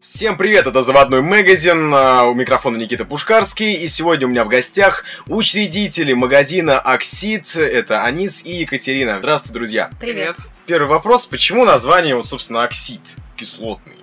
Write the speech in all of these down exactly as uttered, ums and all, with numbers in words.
Всем привет, это Заводной магазин, у микрофона Никита Пушкарский, и сегодня у меня в гостях учредители магазина Оксид, это Анис и Екатерина. Здравствуйте, друзья. Привет. Первый вопрос, почему название, вот, собственно, Оксид, кислотный?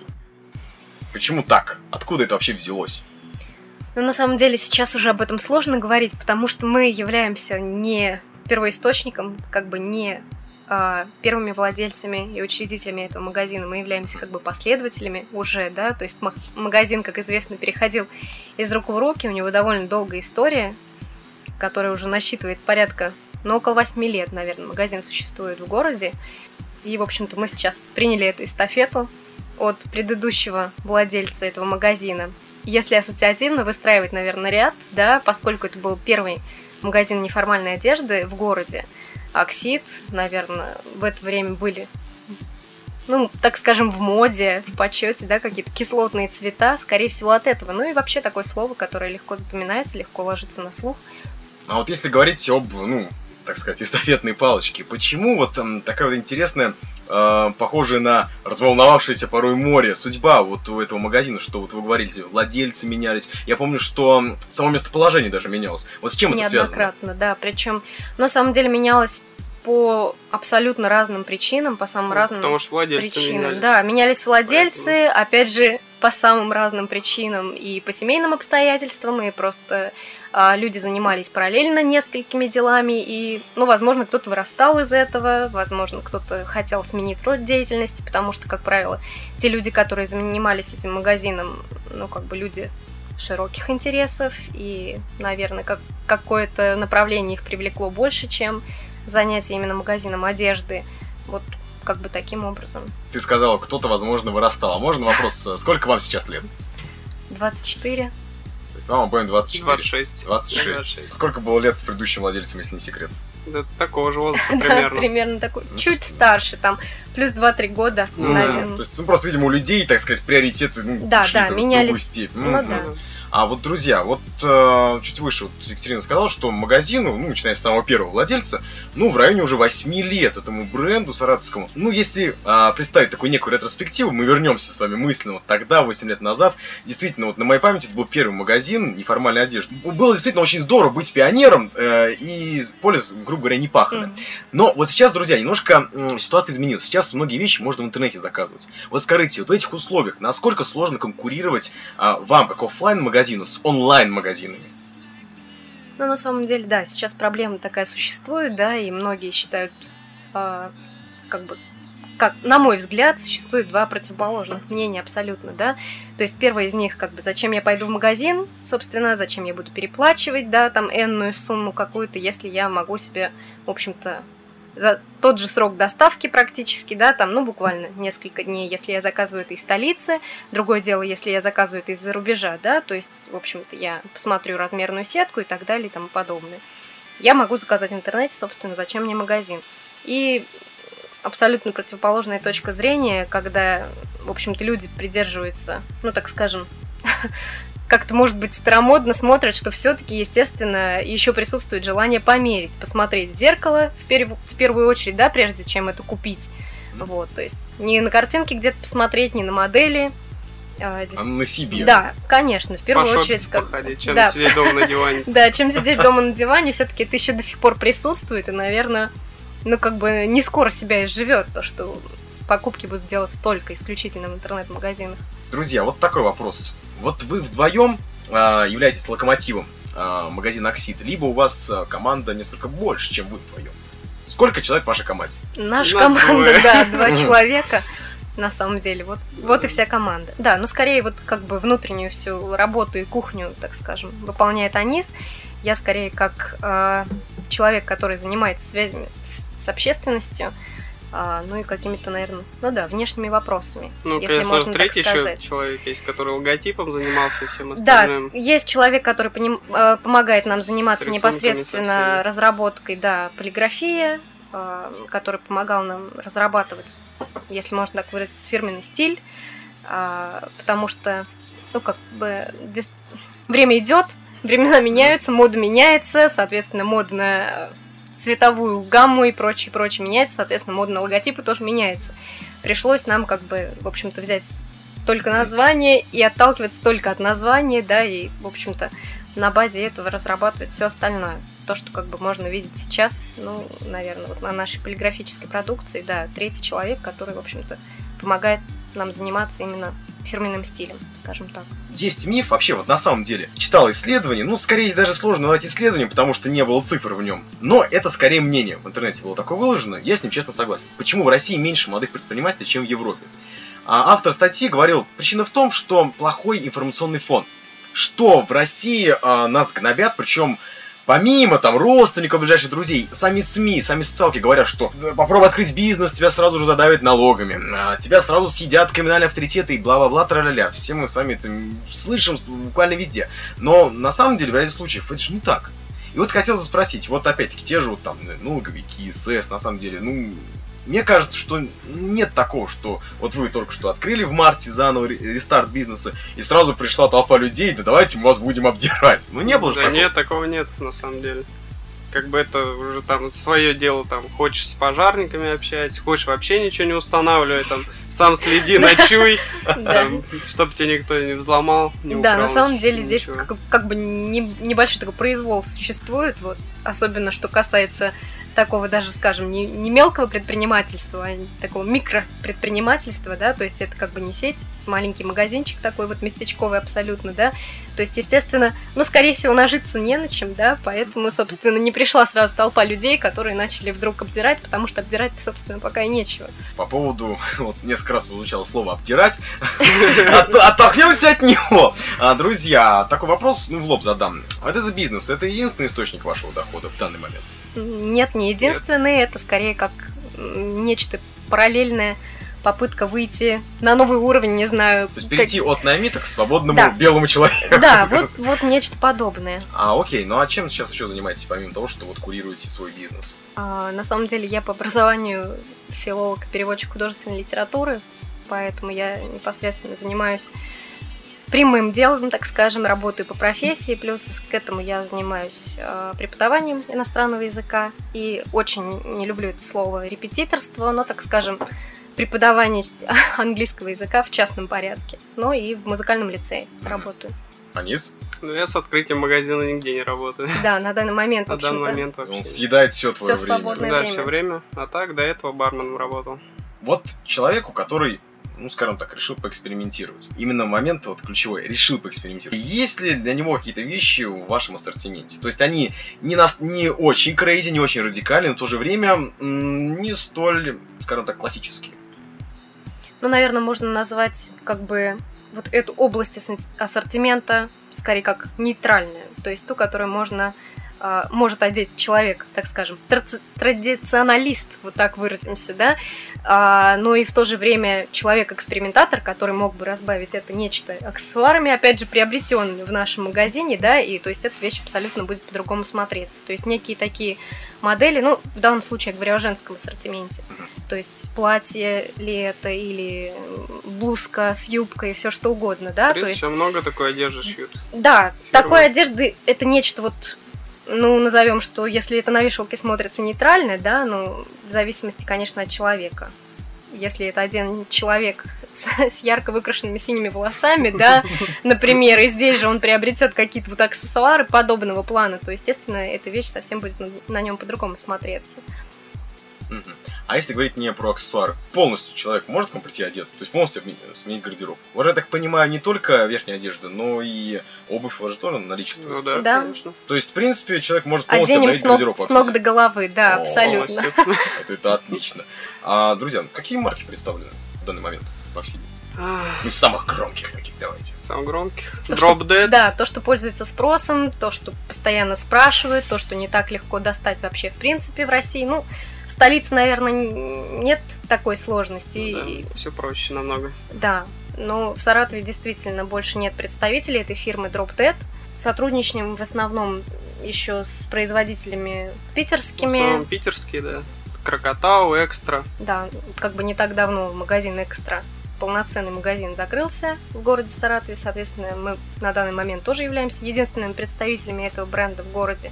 Почему так? Откуда это вообще взялось? Ну, на самом деле, сейчас уже об этом сложно говорить, потому что мы являемся не первоисточником, как бы не а, первыми владельцами и учредителями этого магазина. Мы являемся как бы последователями уже, да, то есть магазин, как известно, переходил из рук в руки, у него довольно долгая история, которая уже насчитывает порядка, ну, около восьми лет, наверное, магазин существует в городе. И, в общем-то, мы сейчас приняли эту эстафету от предыдущего владельца этого магазина. Если ассоциативно выстраивать, наверное, ряд, да, поскольку это был первый магазин неформальной одежды в городе, Оксид, наверное, в это время были, ну, так скажем, в моде, в почете, да, какие-то кислотные цвета, скорее всего, от этого. Ну и вообще такое слово, которое легко запоминается, легко ложится на слух. А вот если говорить об, ну, так сказать, эстафетной палочке, почему вот там такая вот интересная, э, похожая на разволновавшееся порой море судьба вот у этого магазина, что вот вы говорите, владельцы менялись. Я помню, что само местоположение даже менялось. Вот с чем это связано? Неоднократно, да. Причем на самом деле менялось по абсолютно разным причинам, по самым ну, разным потому что владельцы причинам. Менялись. Да, менялись владельцы, Поэтому... опять же, по самым разным причинам и по семейным обстоятельствам, и просто а, люди занимались параллельно несколькими делами, и, ну, возможно, кто-то вырастал из этого, возможно, кто-то хотел сменить род деятельности, потому что, как правило, те люди, которые занимались этим магазином, ну, как бы люди широких интересов, и, наверное, как, какое-то направление их привлекло больше, чем занятие именно магазином одежды. Вот как бы таким образом. Ты сказала, кто-то, возможно, вырастал. А можно вопрос, сколько вам сейчас лет? двадцать четыре. То есть вам обоим двадцать четыре? двадцать шесть. двадцать шесть. двадцать шесть. Сколько было лет предыдущим владельцам, если не секрет? Да, такого же возраста Да, примерно. примерно такой. Чуть старше, там, плюс два-три года, Ну, наверное. то есть, ну, просто, видимо, у людей, так сказать, приоритеты, ну, Да, ушли да, в другую менялись. степь. Ну Мгм. да. А вот, друзья, вот э, чуть выше вот Екатерина сказала, что магазину, ну, начиная с самого первого владельца, ну, в районе уже восьми лет этому бренду саратовскому. Ну, если э, представить такую некую ретроспективу, мы вернемся с вами мысленно вот тогда, восемь лет назад. Действительно, вот на моей памяти это был первый магазин неформальной одежды. Было действительно очень здорово быть пионером, э, и поле, грубо говоря, не пахано. Mm. Но вот сейчас, друзья, немножко э, ситуация изменилась. Сейчас многие вещи можно в интернете заказывать. Вот скажите, вот в этих условиях, насколько сложно конкурировать э, вам, как офлайн-магазину, с онлайн-магазинами? Ну, на самом деле, да, сейчас проблема такая существует, да, и многие считают, э, как бы, как, на мой взгляд, существует два противоположных мнения абсолютно, да. То есть первое из них, как бы, зачем я пойду в магазин, собственно, зачем я буду переплачивать, да, там, энную сумму какую-то, если я могу себе, в общем-то, за тот же срок доставки практически, да, там, ну, буквально несколько дней, если я заказываю это из столицы. Другое дело, если я заказываю это из-за рубежа, да, то есть, в общем-то, я посмотрю размерную сетку и так далее и тому подобное. Я могу заказать в интернете, собственно, зачем мне магазин. И абсолютно противоположная точка зрения, когда, в общем-то, люди придерживаются, ну, так скажем, как-то, может быть, старомодно смотрят, что все-таки, естественно, еще присутствует желание померить, посмотреть в зеркало, в, пер... в первую очередь, да, прежде чем это купить. Вот, то есть не на картинке где-то посмотреть, не на модели. А на себе. Да, конечно, в первую Пошопить, очередь. Как... походить, чем да. сидеть дома на диване. Да, чем сидеть дома на диване, все-таки это еще до сих пор присутствует, и, наверное, ну, как бы не скоро себя изживет, то, что покупки будут делаться только исключительно в интернет-магазинах. Друзья, вот такой вопрос. Вот вы вдвоем э, являетесь локомотивом э, магазина Оксид, либо у вас э, команда несколько больше, чем вы вдвоем. Сколько человек в вашей команде? Наша Нас команда, двое. да, два человека. На самом деле, вот, вот и вся команда. Да, ну скорее вот как бы внутреннюю всю работу и кухню, так скажем, выполняет Анис. Я скорее как э, человек, который занимается связями с, с общественностью, э, ну и какими-то, наверное, ну да, внешними вопросами, Ну, если конечно, можно третий так сказать. еще человек есть, который логотипом занимался и всем Да, остальным. есть человек, который поним, э, помогает нам заниматься С рисунками, со непосредственно всеми. разработкой, да, полиграфии, э, который помогал нам разрабатывать, если можно так выразиться, фирменный стиль, э, потому что, ну, как бы, дис... время идет, времена меняются, мода меняется, соответственно, мода на цветовую гамму и прочее, прочее меняется, соответственно, мода на логотипы тоже меняется. Пришлось нам, как бы, в общем-то, взять только название и отталкиваться только от названия, да, и, в общем-то, на базе этого разрабатывать все остальное. То, что как бы можно видеть сейчас, ну, наверное, вот на нашей полиграфической продукции, да, третий человек, который, в общем-то, помогает нам заниматься именно фирменным стилем, скажем так. Есть миф, вообще, вот на самом деле, читал исследование, ну, скорее даже сложно назвать исследование, потому что не было цифр в нем, но это скорее мнение, в интернете было такое выложено, я с ним честно согласен. Почему в России меньше молодых предпринимателей, чем в Европе? А автор статьи говорил, причина в том, что плохой информационный фон, что в России а, нас гнобят, причем помимо там родственников, ближайших друзей, сами СМИ, сами социалки говорят, что попробуй открыть бизнес, тебя сразу же задавят налогами, тебя сразу съедят криминальные авторитеты и бла-бла-бла, тра-ля-ля. Все мы с вами это слышим буквально везде. Но на самом деле в ряде случаев это же не так. И вот хотелось спросить, вот опять-таки те же вот там налоговики, СС, на самом деле, ну... Мне кажется, что нет такого, что вот вы только что открыли в марте заново рестарт бизнеса, и сразу пришла толпа людей, да давайте мы вас будем обдирать. Ну не было же да такого. Нет, такого нет, на самом деле. Как бы это уже там свое дело, там, хочешь с пожарниками общаться, хочешь вообще ничего не устанавливай, там, сам следи, ночуй, чтобы тебя никто не взломал, не украл. Да, на самом деле здесь как бы небольшой такой произвол существует, вот, особенно что касается такого даже, скажем, не, не мелкого предпринимательства, а такого микропредпринимательства, да, то есть это как бы не сеть, маленький магазинчик такой вот местечковый абсолютно, да, то есть, естественно, ну, скорее всего, нажиться не на чем, да, поэтому, собственно, не пришла сразу толпа людей, которые начали вдруг обдирать, потому что обдирать-то, собственно, пока и нечего. По поводу, вот несколько раз звучало слово «обдирать», оттолкнемся от него. Друзья, такой вопрос, ну, в лоб задам. Вот этот бизнес, это единственный источник вашего дохода в данный момент? Нет, не единственный, Нет. это скорее как нечто параллельное, попытка выйти на новый уровень, не знаю. То есть перейти как... от наймита к свободному да. белому человеку. Да, вот, вот нечто подобное. А, окей, ну а чем сейчас еще занимаетесь, помимо того, что вот курируете свой бизнес? А, на самом деле я по образованию филолог, переводчик художественной литературы, поэтому я непосредственно занимаюсь прямым делом, так скажем, работаю по профессии, плюс к этому я занимаюсь э, преподаванием иностранного языка, и очень не люблю это слово репетиторство, но, так скажем, преподавание английского языка в частном порядке, но и в музыкальном лицее работаю. Анис? Ну, я с открытием магазина нигде не работаю. Да, на данный момент, на в общем-то. данный момент вообще. Он съедает все твое все время. Свободное да, время. все время. А так, до этого барменом работал. Вот человеку, который, ну, скажем так, решил поэкспериментировать. Именно момент вот ключевой, решил поэкспериментировать. Есть ли для него какие-то вещи в вашем ассортименте? То есть они не, нас, не очень крейзи, не очень радикальные, но в то же время м- не столь, скажем так, классические. Ну, наверное, можно назвать как бы вот эту область ассортимента скорее как нейтральную. То есть ту, которую можно... может одеть человек, так скажем, традиционалист, вот так выразимся, да, а, но и в то же время человек-экспериментатор, который мог бы разбавить это нечто аксессуарами, опять же, приобретенными в нашем магазине, да, и то есть эта вещь абсолютно будет по-другому смотреться. То есть некие такие модели, ну, в данном случае я говорю о женском ассортименте, то есть платье ли это, или блузка с юбкой, все что угодно, да. То есть много такой одежды шьют. Да, Фирма. Такой одежды, это нечто вот, ну, назовем, что если это на вешалке смотрится нейтрально, да, ну, в зависимости, конечно, от человека. Если это один человек с, с ярко выкрашенными синими волосами, да, например, и здесь же он приобретет какие-то вот аксессуары подобного плана, то, естественно, эта вещь совсем будет на, на нем по-другому смотреться. А если говорить не про аксессуары, полностью человек может к вам прийти одеться, то есть полностью сменить гардероб? У вас же, я так понимаю, не только верхняя одежда, но и обувь у вас же тоже наличествует. Ну да, да, конечно. То есть, в принципе, человек может полностью оденем обновить гардероб. Оденем с ног до головы, да, О, абсолютно. Это, это отлично. А, друзья, какие марки представлены в данный момент в Аксиде? Ну, из самых громких таких, давайте. Самых громких? То, Drop что, Dead? Да, то, что пользуется спросом, то, что постоянно спрашивают, то, что не так легко достать вообще в принципе в России. Ну, в столице, наверное, нет такой сложности. Ну, да, все проще намного. Да, но в Саратове действительно больше нет представителей этой фирмы Drop Dead. Сотрудничаем в основном еще с производителями питерскими. В основном питерские, да. Крокотау, Экстра. Да, как бы не так давно магазин Экстра, полноценный магазин, закрылся в городе Саратове. Соответственно, мы на данный момент тоже являемся единственными представителями этого бренда в городе.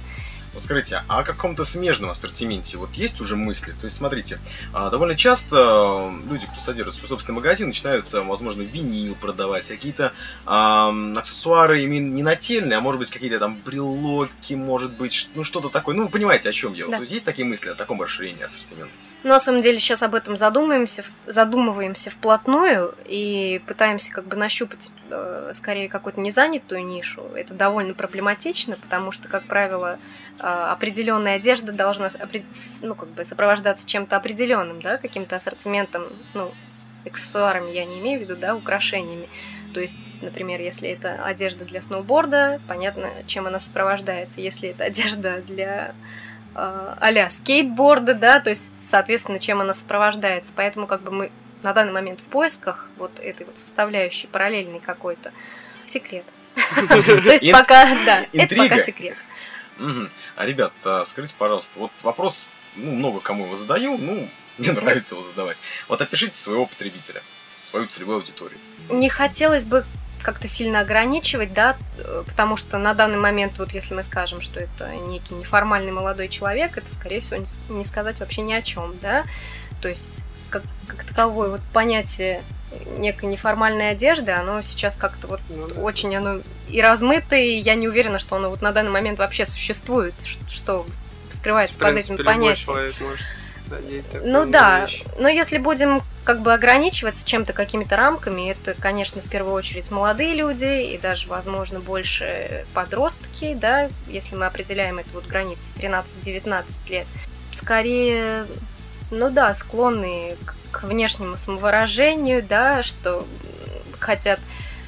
Вот скажите, а о каком-то смежном ассортименте вот есть уже мысли? То есть, смотрите, довольно часто люди, кто содержит свой собственный магазин, начинают, возможно, винил продавать, какие-то э, аксессуары именно не нательные, а может быть, какие-то там брелоки, может быть, ну что-то такое. Ну, вы понимаете, о чем я. Да. Вот есть такие мысли о таком расширении ассортимента? Ну, на самом деле, сейчас об этом задумаемся, задумываемся вплотную и пытаемся как бы нащупать э, скорее какую-то незанятую нишу. Это довольно проблематично, потому что, как правило, э, определенная одежда должна ну, как бы сопровождаться чем-то определенным, да, каким-то ассортиментом, ну, аксессуарами я не имею в виду, да, украшениями. То есть, например, если это одежда для сноуборда, понятно, чем она сопровождается. Если это одежда для э, а-ля скейтборда, да, то есть, соответственно, чем она сопровождается. Поэтому как бы мы на данный момент в поисках вот этой вот составляющей параллельной какой-то секрет. То есть пока, да, это пока секрет. А, ребят, скажите, пожалуйста, вот вопрос, ну, много кому его задаю, ну, мне нравится его задавать. Вот опишите своего потребителя, свою целевую аудиторию. Не хотелось бы как-то сильно ограничивать, да, потому что на данный момент, вот если мы скажем, что это некий неформальный молодой человек, это, скорее всего, не сказать вообще ни о чем, да, то есть как, как таковое вот понятие некой неформальной одежды, оно сейчас как-то вот ну, да. очень оно и размыто, и я не уверена, что оно вот на данный момент вообще существует, что скрывается под этим понятием. Ну да, вещь. Но если будем как бы ограничиваться чем-то, какими-то рамками, это, конечно, в первую очередь молодые люди и даже, возможно, больше подростки, да, если мы определяем это вот границы тринадцать-девятнадцать лет, скорее, ну да, склонные к внешнему самовыражению, да, что хотят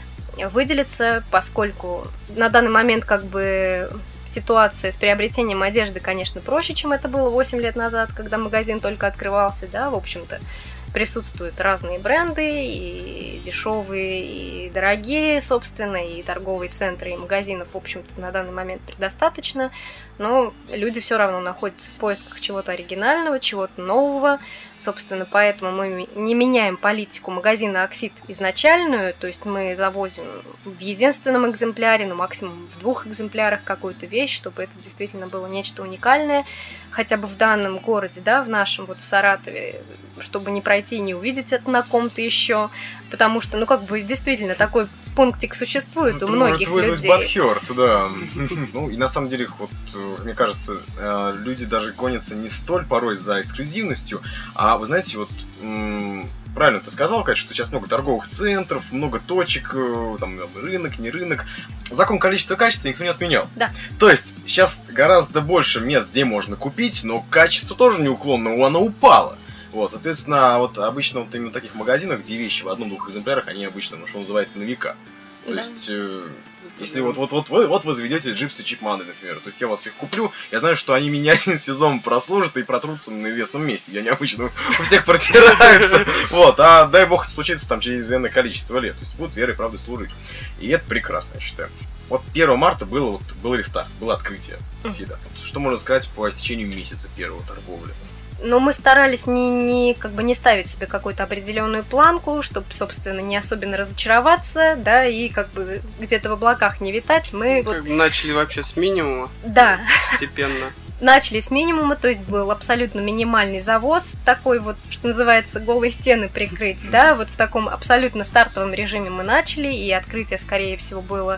выделиться, поскольку на данный момент как бы ситуация с приобретением одежды, конечно, проще, чем это было восемь лет назад, когда магазин только открывался, да, в общем-то, присутствуют разные бренды, и дешевые, и дорогие, собственно, и торговые центры, и магазинов, в общем-то, на данный момент предостаточно, но люди все равно находятся в поисках чего-то оригинального, чего-то нового, собственно, поэтому мы не меняем политику магазина «Оксид» изначальную, то есть мы завозим в единственном экземпляре, ну, максимум в двух экземплярах какую-то вещь, чтобы это действительно было нечто уникальное, хотя бы в данном городе, да, в нашем, вот в Саратове, чтобы не пройти и не увидеть это на ком-то еще, потому что, ну, как бы, действительно, такой пунктик существует ну, у многих может людей. Бадхёрт, да. Ну, и на самом деле, вот, мне кажется, люди даже гонятся не столь порой за эксклюзивностью, а, вы знаете, вот, правильно ты сказал, Катя, что сейчас много торговых центров, много точек, там, рынок, не рынок. Закон количества и качества никто не отменял. Да. То есть, сейчас гораздо больше мест, где можно купить, но качество тоже неуклонно, оно упало. Вот, соответственно, вот обычно вот именно в таких магазинах, где вещи в одном-двух экземплярах, они обычно, ну, что называется, на века. То да. есть, э, если вот, вот, вот, вы, вот вы заведете джипсы Чипманы, например, то есть я вас их куплю, я знаю, что они меня один сезон прослужат и протрутся на известном месте. Я необычно у всех протираются. Вот, а дай бог это случится там через изрядное количество лет. То есть будут верой и правдой служить. И это прекрасно, я считаю. Вот первого марта было, вот, был рестарт, было открытие Оксида. Вот, что можно сказать по истечению месяца первого торговли? Но мы старались не, не, как бы не ставить себе какую-то определенную планку, чтобы, собственно, не особенно разочароваться, да, и как бы где-то в облаках не витать. Мы вот... вот... начали вообще с минимума. Да. Постепенно. Начали с минимума, то есть был абсолютно минимальный завоз, такой вот, что называется, голые стены прикрыть, да, вот в таком абсолютно стартовом режиме мы начали, и открытие, скорее всего, было,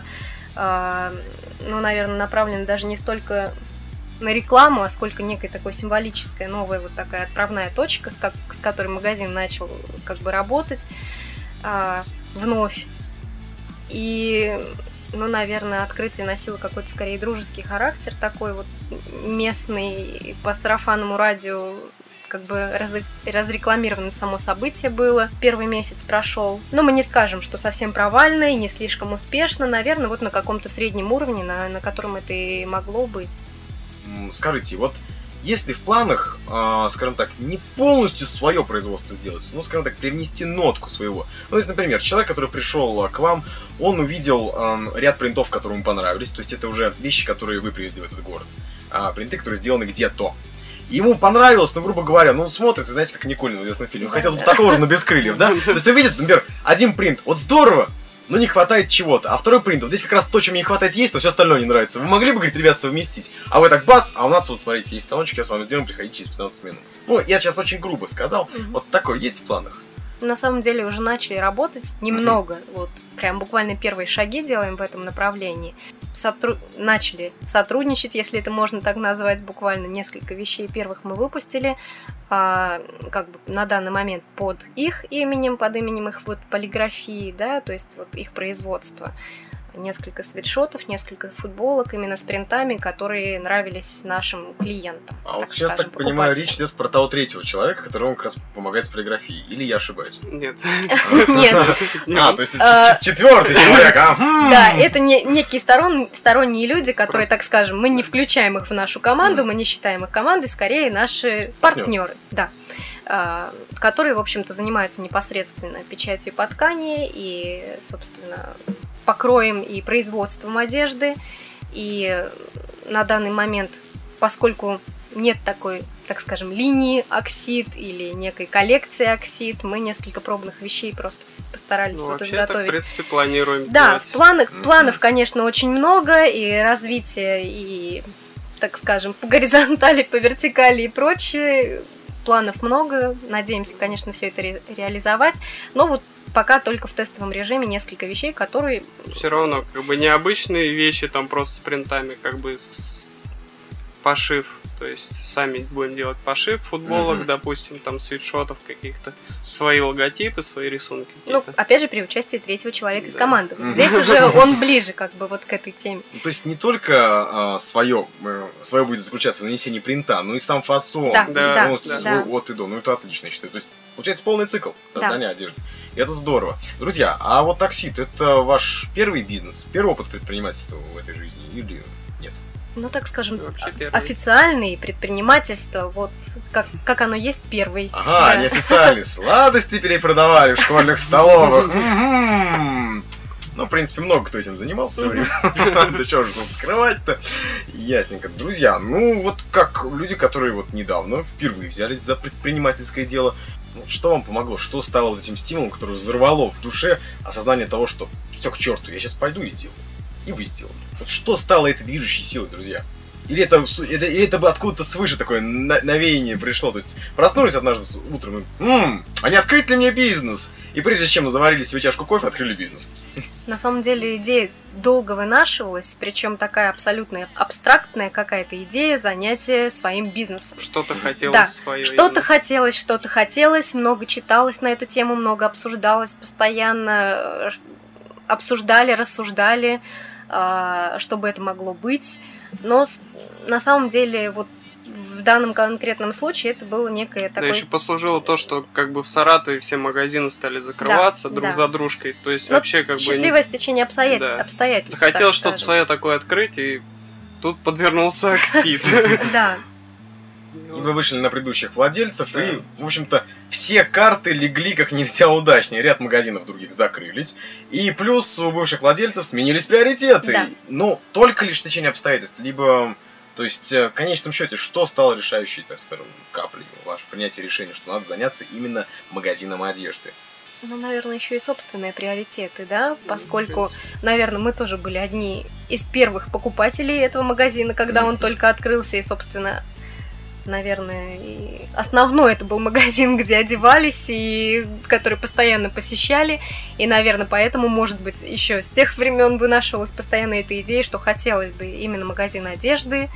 э, ну, наверное, направлено даже не столько на рекламу, а сколько некая такой символическая новая вот такая отправная точка, с, как, с которой магазин начал как бы работать а, вновь. И, ну, наверное, открытие носило какой-то скорее дружеский характер, такой вот местный, по сарафанному радио как бы раз, разрекламировано само событие было. Первый месяц прошел. Но мы не скажем, что совсем провально и не слишком успешно. Наверное, вот на каком-то среднем уровне, на, на котором это и могло быть. Скажите, вот если в планах, э, скажем так, не полностью свое производство сделать, но, скажем так, привнести нотку своего. Ну, если, например, человек, который пришел к вам, он увидел э, ряд принтов, которые ему понравились, то есть это уже вещи, которые вы привезли в этот город, а принты, которые сделаны где-то. Ему понравилось, ну, грубо говоря, ну, он смотрит, и знаете, как Никулин в известном фильме, хотелось бы такого же, но без крыльев, да? То есть он видит, например, один принт, вот здорово, но не хватает чего-то. А второй принт, вот здесь как раз то, чем мне не хватает, есть, но все остальное не нравится. Вы могли бы, говорит, ребят, совместить? А вы так бац, а у нас вот, смотрите, есть талончик, я с вами сделаю, приходите через пятнадцать минут. Ну, я сейчас очень грубо сказал, mm-hmm. вот такое есть в планах? На самом деле уже начали работать немного, mm-hmm. вот прям буквально первые шаги делаем в этом направлении. Сотру... Начали сотрудничать, если это можно так назвать, буквально несколько вещей первых мы выпустили, а, как бы на данный момент под их именем, под именем их вот полиграфии, да, то есть вот их производства. Несколько свитшотов, несколько футболок именно с принтами, которые нравились нашим клиентам. А вот сейчас, так понимаю, речь идет про того третьего человека, которому как раз помогает с полиграфией. Или я ошибаюсь? Нет. Нет. А, то есть это четвертый человек, а? Да, это некие сторонние люди, которые, так скажем, мы не включаем их в нашу команду, мы не считаем их командой, скорее наши партнеры. Да. Которые, в общем-то, занимаются непосредственно печатью по ткани и, собственно, покроем и производством одежды. И на данный момент, поскольку нет такой, так скажем, линии оксид или некой коллекции оксид, мы несколько пробных вещей просто постарались ну, вот в изготовить. принципе, планируем Да, делать. в планах, mm-hmm. планов, конечно, очень много, и развитие, и, так скажем, по горизонтали, по вертикали и прочее. Планов много, надеемся, конечно, все это ре- реализовать, но вот пока только в тестовом режиме несколько вещей, которые... Все равно, как бы, необычные вещи, там просто с принтами, как бы, с... пошив, то есть сами будем делать пошив футболок, mm-hmm. допустим, там, свитшотов каких-то, свои логотипы, свои рисунки. Ну, какие-то. опять же, при участии третьего человека да. из команды. Вот здесь уже он ближе, как бы, вот к этой теме. То есть не только а, свое, свое будет заключаться в нанесении принта, но и сам фасон, да, да, ну, да, свой да. от и до. Ну, это отлично, я считаю. То есть получается полный цикл создания да. одежды. И это здорово. Друзья, а вот Оксид, это ваш первый бизнес, первый опыт предпринимательства в этой жизни или нет? Ну, так скажем, Вообще официальный предпринимательство, вот как, как оно есть, первый. Ага, да. неофициальный. Сладости перепродавали в школьных столовых. Ну, в принципе, много кто этим занимался все время. Да что же тут скрывать-то? Ясненько. Друзья, ну вот как люди, которые вот недавно впервые взялись за предпринимательское дело, что вам помогло? Что стало вот этим стимулом, который взорвало в душе осознание того, что все к черту, я сейчас пойду и сделаю. И вы сделали. Вот что стало этой движущей силой, друзья? Или это, это, или это бы откуда-то свыше такое навеяние пришло? То есть проснулись однажды утром и «Ммм, а не открыть ли мне бизнес?» И прежде чем заварили себе чашку кофе, открыли бизнес. На самом деле идея долго вынашивалась, причем такая абсолютно абстрактная какая-то идея занятия своим бизнесом. Что-то хотелось да, свое. Что-то именно. хотелось, что-то хотелось, много читалось на эту тему, много обсуждалось, постоянно обсуждали, рассуждали, что бы это могло быть. Но на самом деле вот в данном конкретном случае это было некое такое... Да, еще послужило то, что как бы в Саратове все магазины стали закрываться да, друг да. за дружкой. То есть но вообще как счастливое бы... стечение обстоят... да. обстоятельств. Захотел что-то свое такое открыть, и тут подвернулся Оксид. Да. И вы вышли на предыдущих владельцев, да. и, в общем-то, все карты легли как нельзя удачнее. Ряд магазинов других закрылись. И плюс у бывших владельцев сменились приоритеты. Да. Ну, только лишь течение обстоятельств. Либо, то есть, в конечном счете, что стало решающей, так скажем, каплей в ваше принятие решения, что надо заняться именно магазином одежды? Ну, наверное, еще и собственные приоритеты, да, поскольку, наверное, мы тоже были одни из первых покупателей этого магазина, когда он только открылся, и, собственно, наверное, и основной это был магазин, где одевались, и который постоянно посещали, и, наверное, поэтому, может быть, еще с тех времен вынашивалась постоянно эта идея, что хотелось бы именно магазин одежды,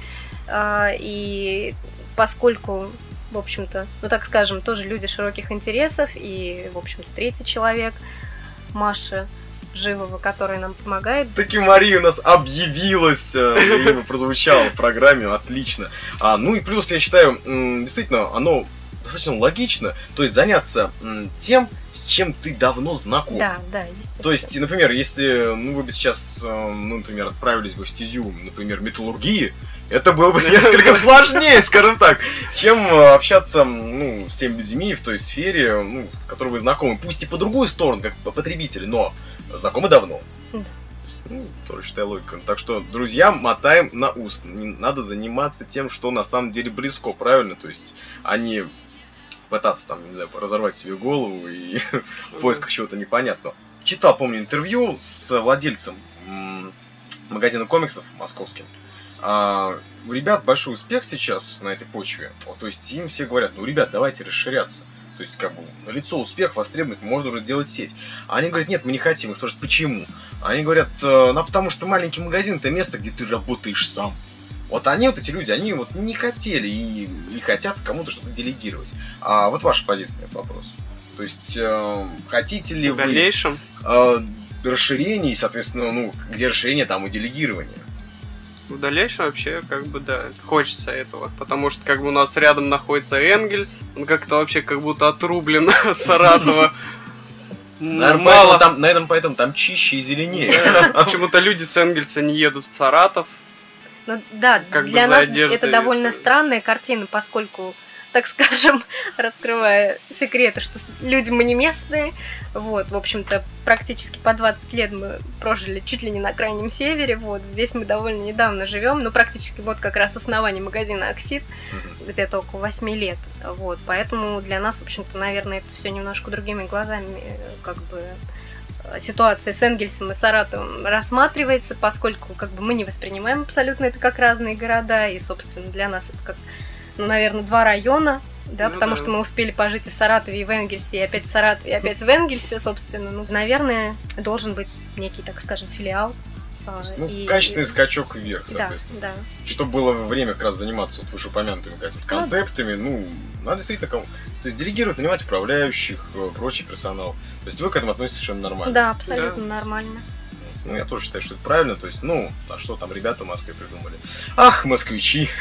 и поскольку, в общем-то, ну, так скажем, тоже люди широких интересов, и, в общем-то, третий человек, Маша Живого, которая нам помогает. Таки Мария у нас объявилась, имя прозвучало в программе, отлично. А, ну и плюс, я считаю, действительно, оно достаточно логично, то есть заняться тем, с чем ты давно знаком. Да, да, естественно. То есть, например, если ну, вы бы сейчас, ну, например, отправились бы в стезю, например, металлургии, это было бы несколько сложнее, скажем так, чем общаться ну, с теми людьми в той сфере, ну, в которой вы знакомы. Пусть и по другую сторону, как потребители, но знакомы давно. Да. Ну, тоже считаю логикой. Так что, друзья, мотаем на ус. Не надо заниматься тем, что на самом деле близко, правильно? То есть, а не пытаться там, не знаю, разорвать себе голову и в поисках чего-то непонятного. читал, помню, интервью с владельцем м, магазина комиксов московским. А, у ребят большой успех сейчас на этой почве. Вот, то есть им все говорят, ну, ребят, давайте расширяться. То есть, как бы, налицо успех, востребованность, можно уже делать сеть. А они говорят, нет, мы не хотим. Их спрашивают, почему? Они говорят, ну, потому что маленький магазин – это место, где ты работаешь сам. Вот они, вот эти люди, они вот не хотели и не хотят кому-то что-то делегировать. А вот ваша позиция на этот вопрос. То есть, э, хотите ли В дальнейшем? вы э, расширение, и, соответственно, ну, где расширение, там и делегирование? В дальнейшем вообще, как бы, да, хочется этого. Потому что, как бы, у нас рядом находится Энгельс. Он как-то вообще как будто отрублен от Саратова. Наверное, мало. Там, наверное, поэтому там чище и зеленее. Почему-то люди с Энгельса не едут в Саратов. Ну, да, как для бы нас одеждой. Это довольно странная картина, поскольку, так скажем, раскрывая секреты, что люди мы не местные. Вот, в общем-то, практически по двадцать лет мы прожили чуть ли не на крайнем севере. Вот, здесь мы довольно недавно живем, но практически вот как раз основание магазина «Оксид», mm-hmm. где-то около восьми лет. Вот, поэтому для нас, в общем-то, наверное, это все немножко другими глазами, как бы, ситуация с Энгельсом и Саратовым рассматривается, поскольку как бы мы не воспринимаем абсолютно это как разные города, и, собственно, для нас это как, ну, наверное, два района, да, ну, потому да. что мы успели пожить и в Саратове, и в Энгельсе, и опять в Саратове, и опять в Энгельсе, собственно. Ну, наверное, должен быть некий, так скажем, филиал. Ну, и, качественный и... скачок вверх, соответственно. Да, да. Чтобы было время как раз заниматься вот вышеупомянутыми концептами, ну, надо действительно кому. То есть делегировать, нанимать управляющих, прочий персонал. То есть вы к этому относитесь совершенно нормально. Да, абсолютно да. нормально. Ну, я тоже считаю, что это правильно. То есть, ну, а что там ребята в Москве придумали? Ах, москвичи!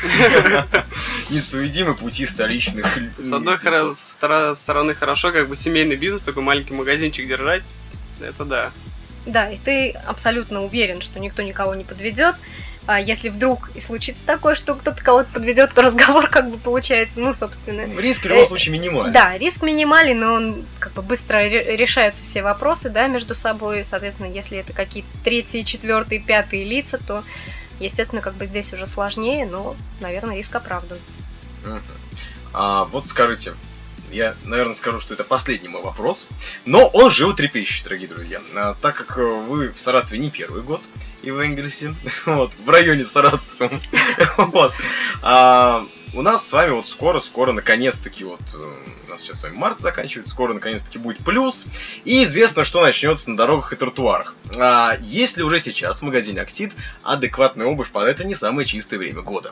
Неисповедимы пути столичных. С одной стороны хорошо, как бы семейный бизнес, такой маленький магазинчик держать. Это да. Да, и ты абсолютно уверен, что никто никого не подведет. А если вдруг и случится такое, что кто-то кого-то подведет, то разговор как бы получается, ну, собственно... Риск в любом случае минимален. Да, риск минимален, но он как бы быстро решаются все вопросы, да, между собой. Соответственно, если это какие-то третьи, четвертые, пятые лица, то, естественно, как бы здесь уже сложнее, но, наверное, риск оправдан. Uh-huh. А вот скажите, я, наверное, скажу, что это последний мой вопрос, но он животрепещущий, дорогие друзья. А, так как вы в Саратове не первый год, и в Энгельсе, вот, в районе Саратовском, вот, а, у нас с вами вот скоро-скоро, наконец-таки, вот, у нас сейчас с вами март заканчивается, скоро, наконец-таки, будет плюс, и известно, что начнется на дорогах и тротуарах. А, есть ли уже сейчас в магазине «Оксид» адекватная обувь под это не самое чистое время года?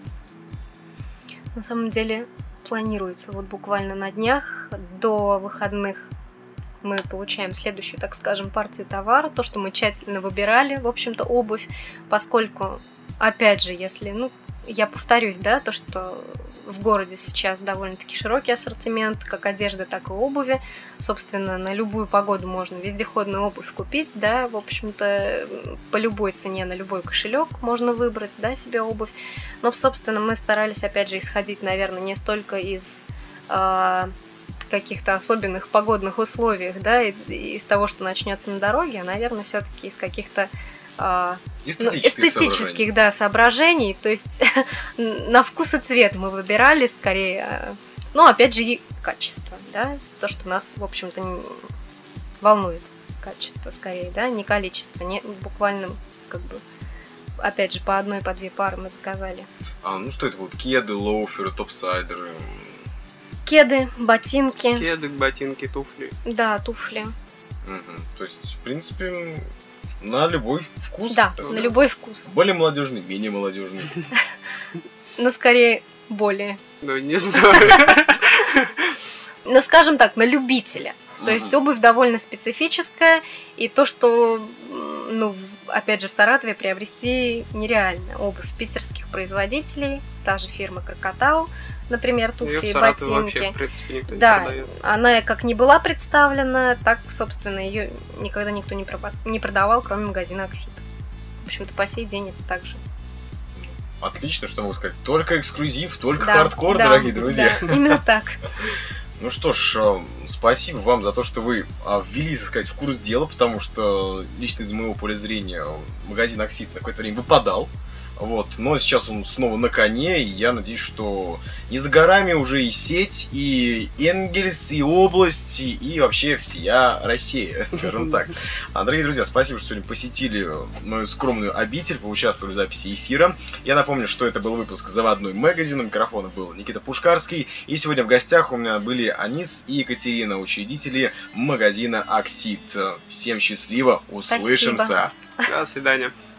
На самом деле, планируется вот буквально на днях, до выходных, мы получаем следующую, так скажем, партию товара, то, что мы тщательно выбирали, в общем-то, обувь, поскольку, опять же, если, ну, я повторюсь, да, то, что в городе сейчас довольно-таки широкий ассортимент, как одежды, так и обуви, собственно, на любую погоду можно вездеходную обувь купить, да, в общем-то, по любой цене, на любой кошелек можно выбрать, да, себе обувь, но, собственно, мы старались, опять же, исходить, наверное, не столько из... каких-то особенных погодных условиях, да, и, и из того, что начнется на дороге, а, наверное, все-таки из каких-то э, эстетических, ну, эстетических соображений. Да, соображений. То есть на вкус и цвет мы выбирали скорее, ну, опять же, и качество, да, то, что нас, в общем-то, не волнует. Качество скорее, да, не количество, не буквально, как бы, опять же, по одной, по две пары мы заказали. А, ну что это вот кеды, лоуферы, топсайдеры? Кеды, ботинки. Кеды, ботинки, туфли. Да, туфли. Угу. То есть, в принципе, на любой вкус. Да, на любой вкус. Более молодежный, менее молодежный. Ну, скорее, более. Ну, не знаю. Ну, скажем так, на любителя. То есть обувь довольно специфическая, и то, что, ну, опять же, в Саратове приобрести нереально. Обувь питерских производителей, та же фирма Крокотау, например, туфли и ботинки. Вообще, в принципе, никто не да, продает. Она как не была представлена, так, собственно, ее никогда никто не, проба- не продавал, кроме магазина «Оксид». В общем-то, по сей день это так же. Отлично, что могу сказать. Только эксклюзив, только да, хардкор, да, дорогие друзья. Да, именно так. Ну что ж, спасибо вам за то, что вы ввели, так сказать, в курс дела, потому что лично из моего поля зрения магазин «Оксид» на какое-то время выпадал Вот. Но сейчас он снова на коне, и я надеюсь, что не за горами уже и сеть, и Энгельс, и область, и вообще всея Россия, скажем так. А, дорогие друзья, спасибо, что сегодня посетили мою скромную обитель, поучаствовали в записи эфира. Я напомню, что это был выпуск «Заводной магазин». У микрофона был Никита Пушкарский. И сегодня в гостях у меня были Анис и Екатерина, учредители магазина «Оксид». Всем счастливо, услышимся. Спасибо. До свидания.